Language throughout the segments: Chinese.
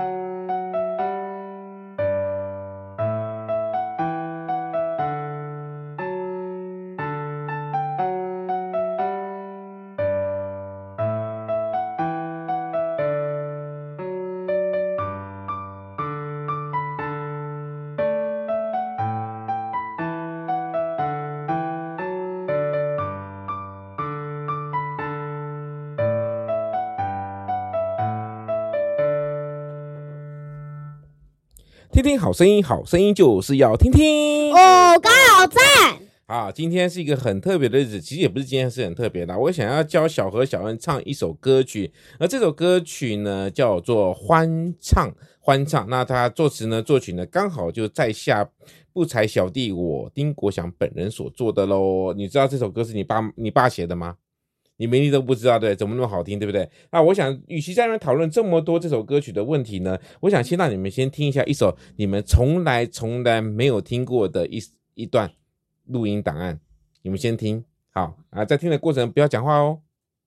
听听好声音，好声音就是要听听。 刚好赞。 好，今天是一个很特别的日子，其实也不是今天是很特别的。我想要教小何、小恩唱一首歌曲，而这首歌曲呢叫做欢唱。那他作词呢、作曲呢，刚好就在下不才小弟我丁国祥本人所做的咯。你知道这首歌是你爸写的吗？你们一定都不知道，对，怎么那么好听，对不对？那我想与其在那边讨论这么多这首歌曲的问题呢，我想先让你们先听一下一首你们从来没有听过的一段录音档案，你们先听。好啊，在听的过程不要讲话哦。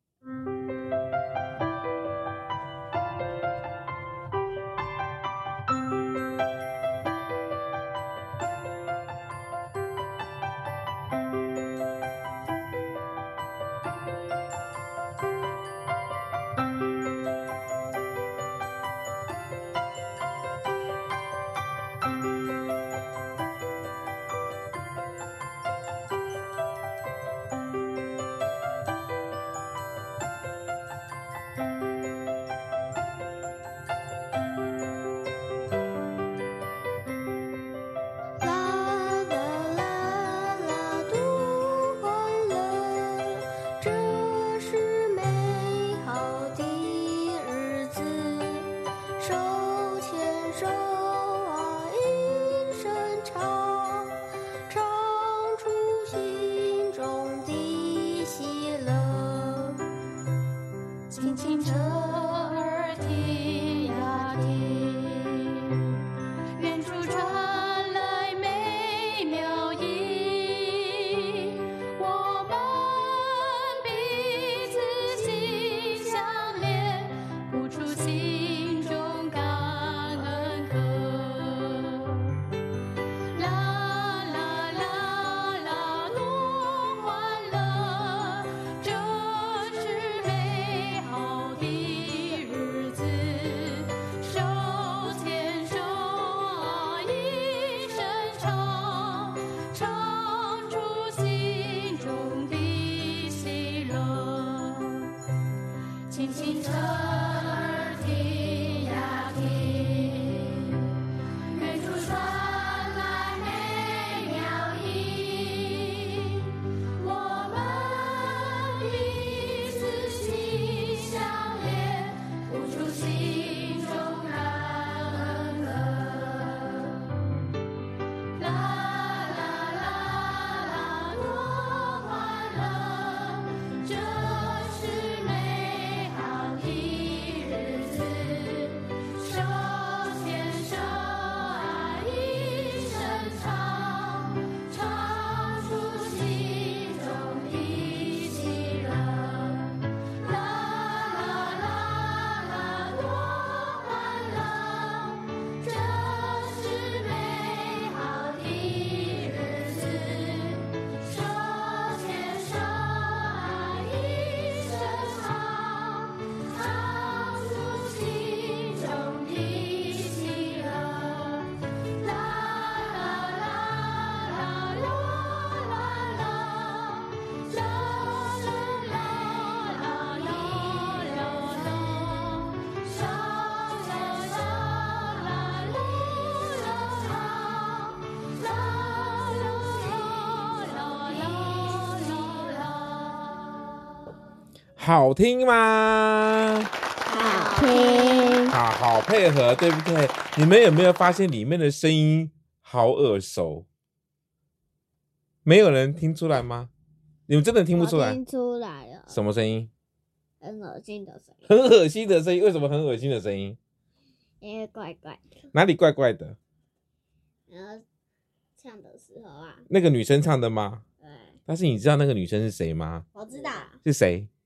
好听吗？ 好听。 好配合，对不对？你们有没有发现里面的声音好耳熟？没有人听出来吗？你们真的听不出来？ 我听出来了。 什么声音？ 很恶心的声音。 很恶心的声音？为什么很恶心的声音？ 因为怪怪的。 哪里怪怪的？ 然后唱的时候啊。 那个女生唱的吗？ 对。 但是你知道那个女生是谁吗？ 我知道。 是谁？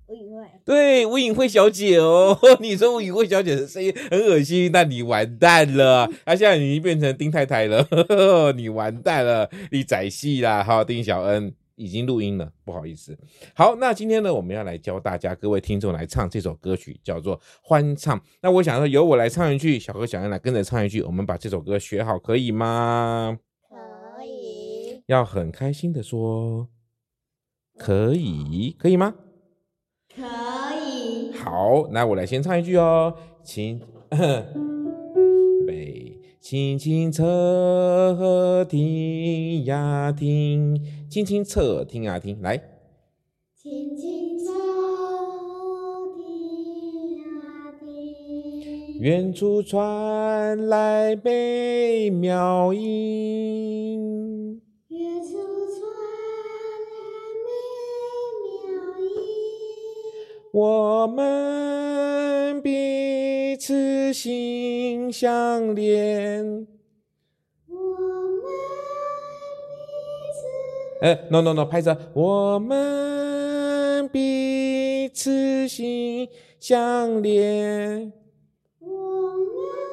吴颖慧。 对，吴颖慧小姐哦，你说吴颖慧小姐的声音很恶心，那你完蛋了。现在你已经变成丁太太了，你完蛋了，你宰戏啦。好，丁小恩已经录音了，不好意思。好，那今天呢，我们要来教大家各位听众来唱这首歌曲，叫做《欢唱》。那我想说，由我来唱一句，小何、小恩来跟着唱一句，我们把这首歌学好，可以吗？ 可以。 要很开心的说，可以，可以吗？ 可以。 好，那我来先唱一句哦，请预备，轻轻侧听呀听，轻轻侧听呀听，来， 轻轻侧听呀听， 远处传来美妙音， 远处传来美妙音， 我们彼此心相连。 我们彼此 no， 拍着，我们彼此心相连。 我们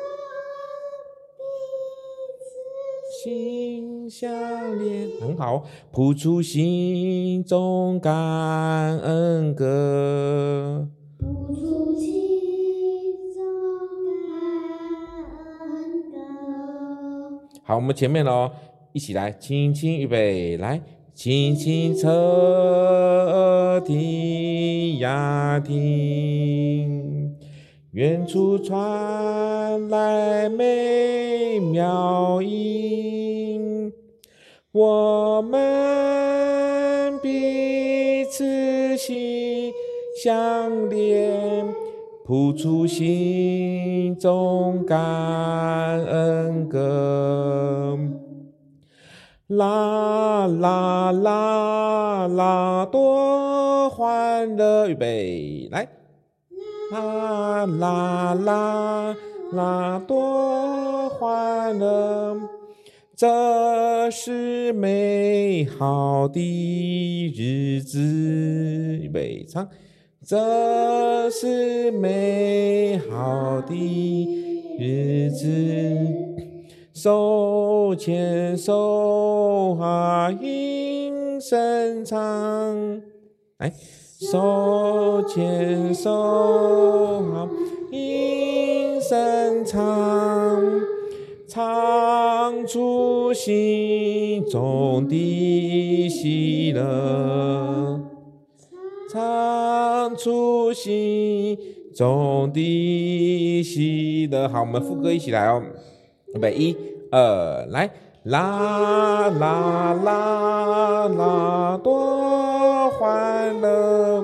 彼此心相连，很好，谱出心中感恩歌。 谱出心中感恩歌。 好，我们前面咯，一起来，轻轻预备，来，轻轻侧听呀听，远处传来美妙音，我们彼此心相连，谱出心中感恩歌。啦啦啦啦，多欢乐！预备，来！啦啦啦啦，多欢乐！这是美好的日子。预备，唱！这是美好的日子。手牵手应声唱，来，手牵手应声唱，唱出心中的喜乐，唱出心中的喜乐。好，我们副歌一起来哦。预备，1、2，来，啦啦啦啦，多欢乐！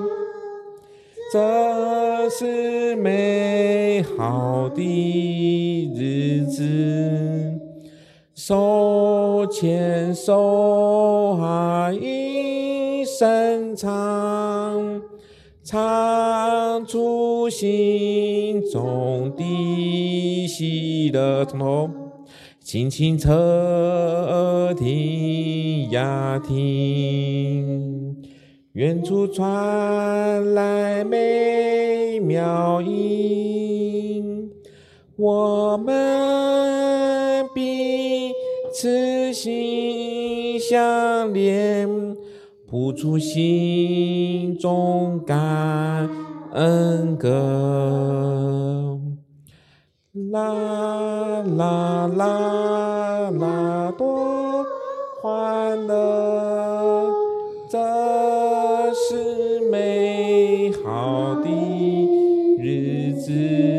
这是美好的日子，手牵手一声唱，唱出心中的喜乐。从头。轻轻侧听呀听，远处传来美妙音，我们彼此心相连，谱出心中感恩歌。啦啦啦啦，多欢乐！这是美好的日子，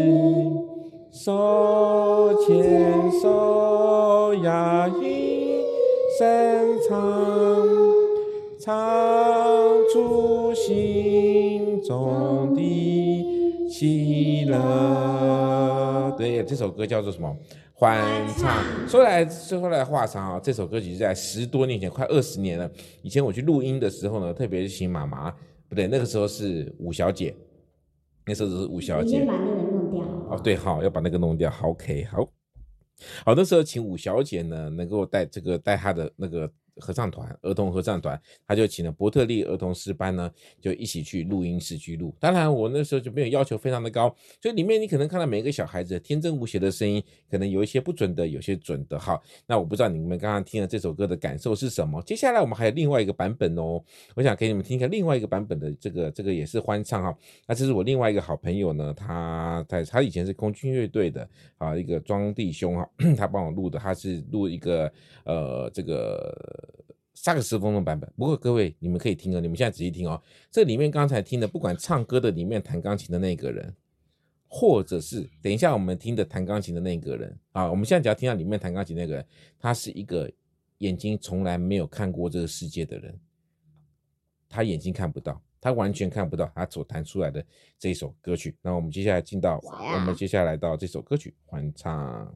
手牵手呀一声唱，唱出心中的喜乐。对，这首歌叫做什么？欢唱。说来话长啊，这首歌曲是在10多年前，快20年了。以前我去录音的时候呢，特别是请妈妈，不对，那个时候是五小姐，那时候是五小姐。 你先把那个弄掉。 哦，对，好，要把那个弄掉。好 ，OK， 好。好，那时候请五小姐呢，能够带她的那个合唱团，儿童合唱团，他就请了伯特利儿童诗班呢，就一起去录音室去录。当然，我那时候就没有要求非常的高，所以里面你可能看到每一个小孩子天真无邪的声音，可能有一些不准的，有些准的。好，那我不知道你们刚刚听了这首歌的感受是什么。接下来我们还有另外一个版本哦，我想给你们听一下另外一个版本的这个也是欢唱哈。那这是我另外一个好朋友呢，他以前是空军乐队的啊，一个庄弟兄哈，他帮我录的，他是录一个这个萨克斯风的版本。不过各位你们可以听哦，你们现在仔细听哦，这里面刚才听的，不管唱歌的里面弹钢琴的那个人，或者是等一下我们听的弹钢琴的那个人啊，我们现在只要听到里面弹钢琴那个人，他是一个眼睛从来没有看过这个世界的人，他眼睛看不到，他完全看不到他所弹出来的这一首歌曲。那我们接下来进到，我们接下来到这首歌曲欢唱。